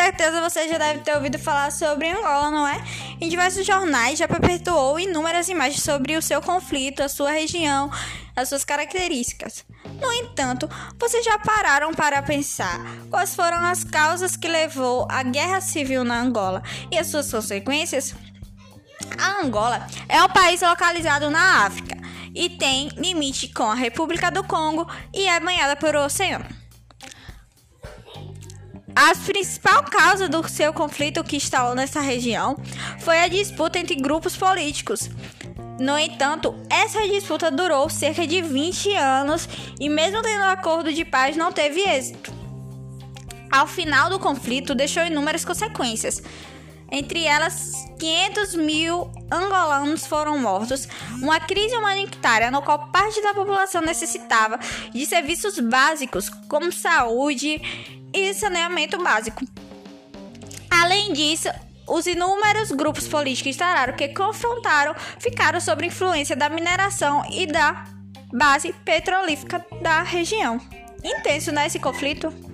certeza você já deve ter ouvido falar sobre Angola, não é? Em diversos jornais já perpetuou inúmeras imagens sobre o seu conflito, a sua região, as suas características. No entanto, vocês já pararam para pensar quais foram as causas que levou à guerra civil na Angola e as suas consequências? A Angola é um país localizado na África e tem limite com a República do Congo e é banhada pelo oceano. A principal causa do seu conflito que instalou nessa região foi a disputa entre grupos políticos. No entanto, essa disputa durou cerca de 20 anos e mesmo tendo um acordo de paz não teve êxito. Ao final do conflito, deixou inúmeras consequências. Entre elas, 500 mil angolanos foram mortos, uma crise humanitária no qual parte da população necessitava de serviços básicos como saúde e saneamento básico. Além disso, os inúmeros grupos políticos instalaram que confrontaram ficaram sob influência da mineração e da base petrolífera da região. Intenso, né, esse conflito?